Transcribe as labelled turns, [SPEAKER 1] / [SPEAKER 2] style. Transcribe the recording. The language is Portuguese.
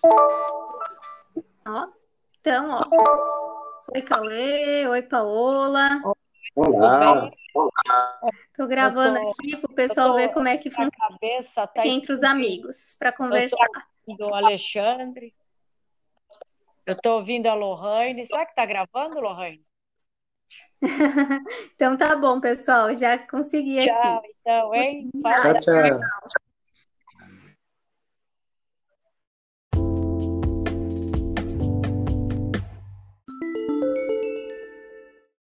[SPEAKER 1] Ó, então, ó. Oi, Cauê. Oi, Paola.
[SPEAKER 2] Tudo bem?
[SPEAKER 3] Olá,
[SPEAKER 1] Tô
[SPEAKER 2] Eu
[SPEAKER 1] gravando
[SPEAKER 2] tô,
[SPEAKER 1] aqui pro
[SPEAKER 2] eu
[SPEAKER 1] pessoal ver
[SPEAKER 2] tô,
[SPEAKER 1] como é que
[SPEAKER 2] a
[SPEAKER 1] funciona
[SPEAKER 2] cabeça tá
[SPEAKER 1] aqui entre os
[SPEAKER 2] explodindo.
[SPEAKER 1] amigos para
[SPEAKER 2] Eu tô
[SPEAKER 1] conversar.
[SPEAKER 2] ouvindo o Alexandre, eu tô ouvindo a Lohane. Será que tá gravando, Lohane?
[SPEAKER 1] Então tá bom, pessoal. Já consegui
[SPEAKER 2] Tchau,
[SPEAKER 1] aqui.
[SPEAKER 2] então, hein?
[SPEAKER 1] Ah,
[SPEAKER 3] tchau,
[SPEAKER 2] Falou.
[SPEAKER 3] tchau.